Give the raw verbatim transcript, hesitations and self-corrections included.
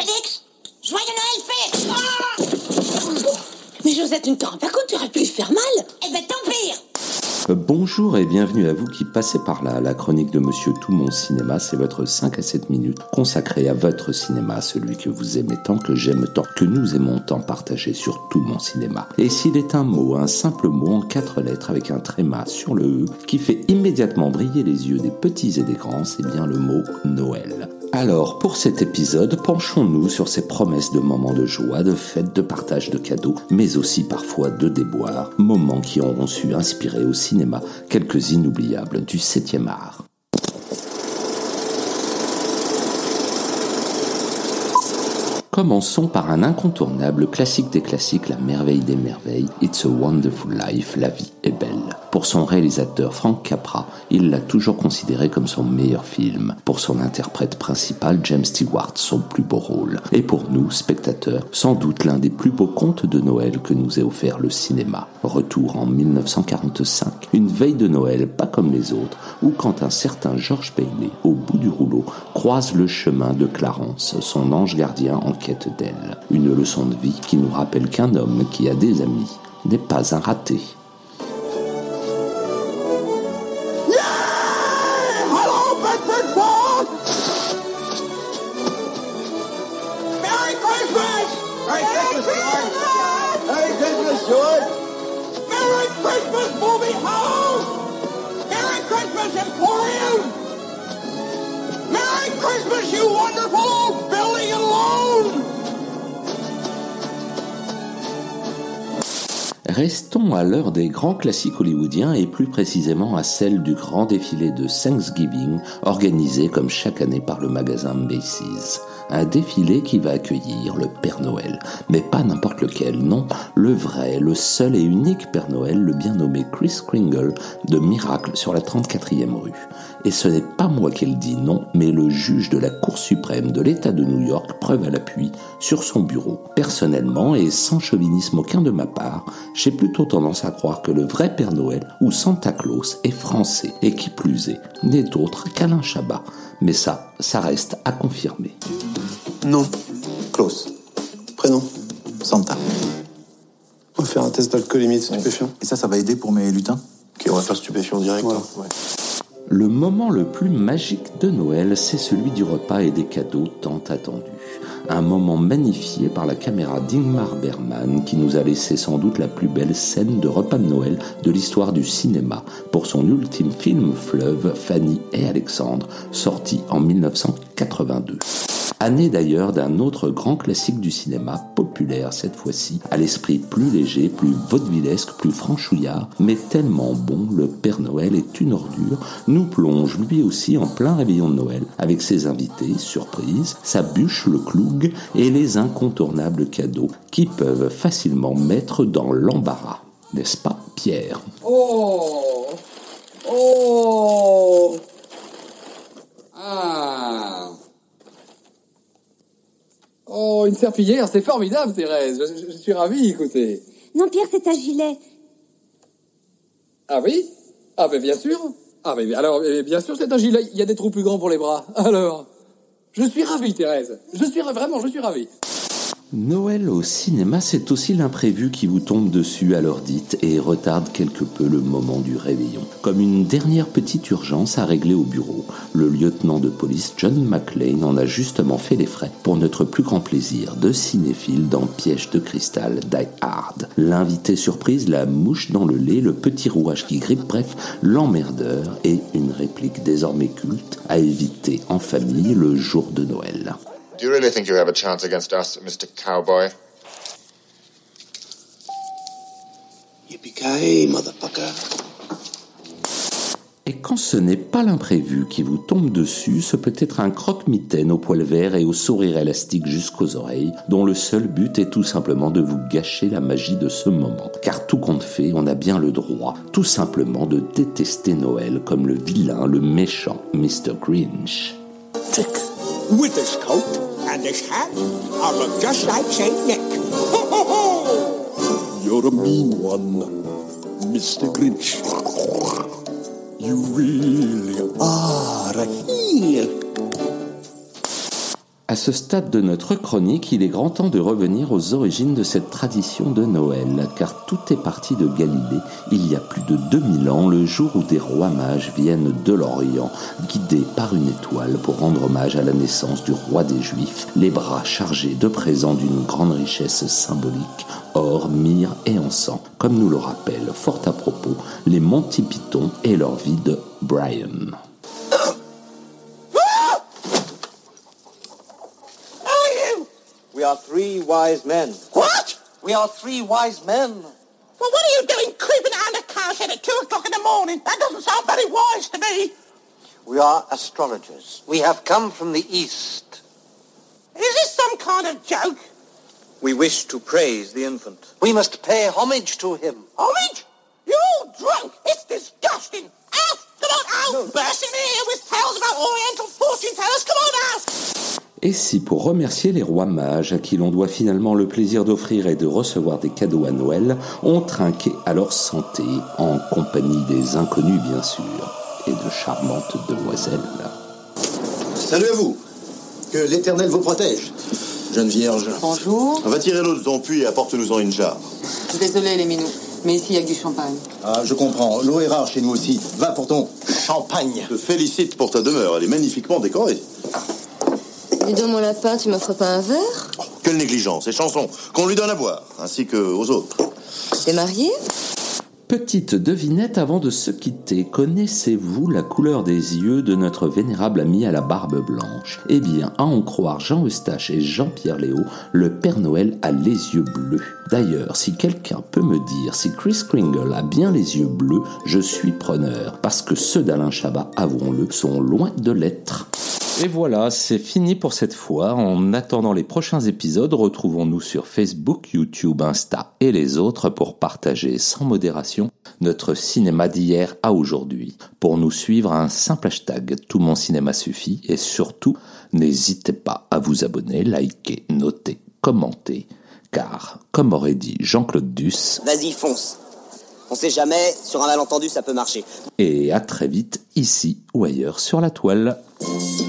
Félix, joyeux Noël, Félix. Ah Mais Josette, une par contre, tu aurais pu lui faire mal. Eh ben, tant pire. Euh, bonjour et bienvenue à vous qui passez par là. La chronique de Monsieur Tout Mon Cinéma, c'est votre cinq à sept minutes consacrée à votre cinéma, celui que vous aimez tant, que j'aime tant, que nous aimons tant partager sur Tout Mon Cinéma. Et s'il est un mot, un simple mot en quatre lettres avec un tréma sur le E qui fait immédiatement briller les yeux des petits et des grands, c'est bien le mot Noël. Alors, pour cet épisode, penchons-nous sur ces promesses de moments de joie, de fêtes, de partage de cadeaux, mais aussi parfois de déboires, moments qui auront su inspirer au cinéma quelques inoubliables du septième art. Commençons par un incontournable classique des classiques, la merveille des merveilles, It's a Wonderful Life, la vie est belle. Pour son réalisateur Frank Capra, il l'a toujours considéré comme son meilleur film. Pour son interprète principal, James Stewart, son plus beau rôle. Et pour nous, spectateurs, sans doute l'un des plus beaux contes de Noël que nous ait offert le cinéma. Retour en dix-neuf cent quarante-cinq, une veille de Noël pas comme les autres, où quand un certain George Bailey, au bout du rouleau, croise le chemin de Clarence, son ange gardien en quête d'elle. Une leçon de vie qui nous rappelle qu'un homme qui a des amis n'est pas un raté. Restons à l'heure des grands classiques hollywoodiens et plus précisément à celle du grand défilé de Thanksgiving organisé comme chaque année par le magasin Macy's. Un défilé qui va accueillir le Père Noël, mais pas n'importe lequel, non, le vrai, le seul et unique Père Noël, le bien nommé Kris Kringle de Miracle sur la trente-quatrième rue. Et ce n'est pas moi qui le dis, non, mais le juge de la Cour suprême de l'État de New York, preuve à l'appui, sur son bureau. Personnellement, et sans chauvinisme aucun de ma part, j'ai plutôt tendance à croire que le vrai Père Noël, ou Santa Claus, est français, et qui plus est, n'est autre qu'Alain Chabat. Mais ça, ça reste à confirmer. Non, Klaus. Prénom, Santa. On va faire un test d'alcoolémie de stupéfiant. Et ça, ça va aider pour mes lutins ? Ok, on va faire stupéfiant direct. Ouais. Ouais. Le moment le plus magique de Noël, c'est celui du repas et des cadeaux tant attendus. Un moment magnifié par la caméra d'Ingmar Bergman qui nous a laissé sans doute la plus belle scène de repas de Noël de l'histoire du cinéma pour son ultime film fleuve Fanny et Alexandre, sorti en dix-neuf cent quatre-vingt-deux. Année d'ailleurs d'un autre grand classique du cinéma, populaire cette fois-ci, à l'esprit plus léger, plus vaudevillesque, plus franchouillard, mais tellement bon, le Père Noël est une ordure, nous plonge lui aussi en plein réveillon de Noël, avec ses invités, surprise, sa bûche, le cloug, et les incontournables cadeaux qui peuvent facilement mettre dans l'embarras. N'est-ce pas, Pierre ? Oh Oh Ah Oh, une serpillière, c'est formidable, Thérèse. Je, je, je suis ravi, écoutez. Non, Pierre, c'est un gilet. Ah oui ? Ah ben bien sûr. Ah mais alors, bien sûr, c'est un gilet. Il y a des trous plus grands pour les bras. Alors, je suis ravi, Thérèse. Je suis vraiment, je suis ravi. Noël au cinéma, c'est aussi l'imprévu qui vous tombe dessus à l'heure dite et retarde quelque peu le moment du réveillon. Comme une dernière petite urgence à régler au bureau, le lieutenant de police John McClane en a justement fait les frais pour notre plus grand plaisir de cinéphile dans Piège de cristal Die Hard. L'invité surprise, la mouche dans le lait, le petit rouage qui grippe, bref, l'emmerdeur et une réplique désormais culte à éviter en famille le jour de Noël. Do you really think you have a chance against us, Mister Cowboy? Yippee-ki-yay, motherfucker. Et quand ce n'est pas l'imprévu qui vous tombe dessus, ce peut être un croque-mitaine au poil vert et au sourire élastique jusqu'aux oreilles, dont le seul but est tout simplement de vous gâcher la magie de ce moment. Car tout compte fait, on a bien le droit, tout simplement, de détester Noël comme le vilain, le méchant Mister Grinch. Trick. With this coat and this hat, I look just like Saint Nick. Ho, ho, ho! You're a mean one, Mister Grinch. You really are a heel. À ce stade de notre chronique, il est grand temps de revenir aux origines de cette tradition de Noël, car tout est parti de Galilée, il y a plus de deux mille ans, le jour où des rois mages viennent de l'Orient, guidés par une étoile pour rendre hommage à la naissance du roi des Juifs, les bras chargés de présents d'une grande richesse symbolique, or, myrrhe et encens, comme nous le rappellent fort à propos les Monty Python et leur vie de Brian. We are three wise men. What? We are three wise men. Well, what are you doing creeping around a cowshed at two o'clock in the morning? That doesn't sound very wise to me. We are astrologers. We have come from the East. Is this some kind of joke? We wish to praise the infant. We must pay homage to him. Homage? You're all drunk. It's disgusting. Out! Come on, out! No. Bursting in here with tales about Oriental fortune tellers. Come on, out! Et si pour remercier les rois mages à qui l'on doit finalement le plaisir d'offrir et de recevoir des cadeaux à Noël, on trinquait à leur santé, en compagnie des inconnus bien sûr, et de charmantes demoiselles. Salut à vous, que l'Éternel vous protège. Jeune Vierge. Bonjour. Va tirer l'eau de ton puits et apporte-nous-en une jarre. Désolé les minous, mais ici il y a que du champagne. Ah, je comprends, l'eau est rare chez nous aussi. Va pour ton champagne. Je te félicite pour ta demeure, elle est magnifiquement décorée. Dis donc mon lapin, tu m'offres pas un verre? Oh, quelle négligence, et chanson, qu'on lui donne à boire, ainsi qu'aux autres. T'es marié? Petite devinette avant de se quitter, connaissez-vous la couleur des yeux de notre vénérable ami à la barbe blanche? Eh bien, à en croire Jean Eustache et Jean-Pierre Léo, le Père Noël a les yeux bleus. D'ailleurs, si quelqu'un peut me dire si Kris Kringle a bien les yeux bleus, je suis preneur, parce que ceux d'Alain Chabat, avouons-le, sont loin de l'être. Et voilà, c'est fini pour cette fois. En attendant les prochains épisodes, retrouvons-nous sur Facebook, YouTube, Insta et les autres pour partager sans modération notre cinéma d'hier à aujourd'hui. Pour nous suivre, un simple hashtag « Tout mon cinéma suffit » et surtout, n'hésitez pas à vous abonner, liker, noter, commenter, car, comme aurait dit Jean-Claude Duss, vas-y, fonce. On sait jamais, sur un malentendu, ça peut marcher. Et à très vite, ici ou ailleurs sur la toile.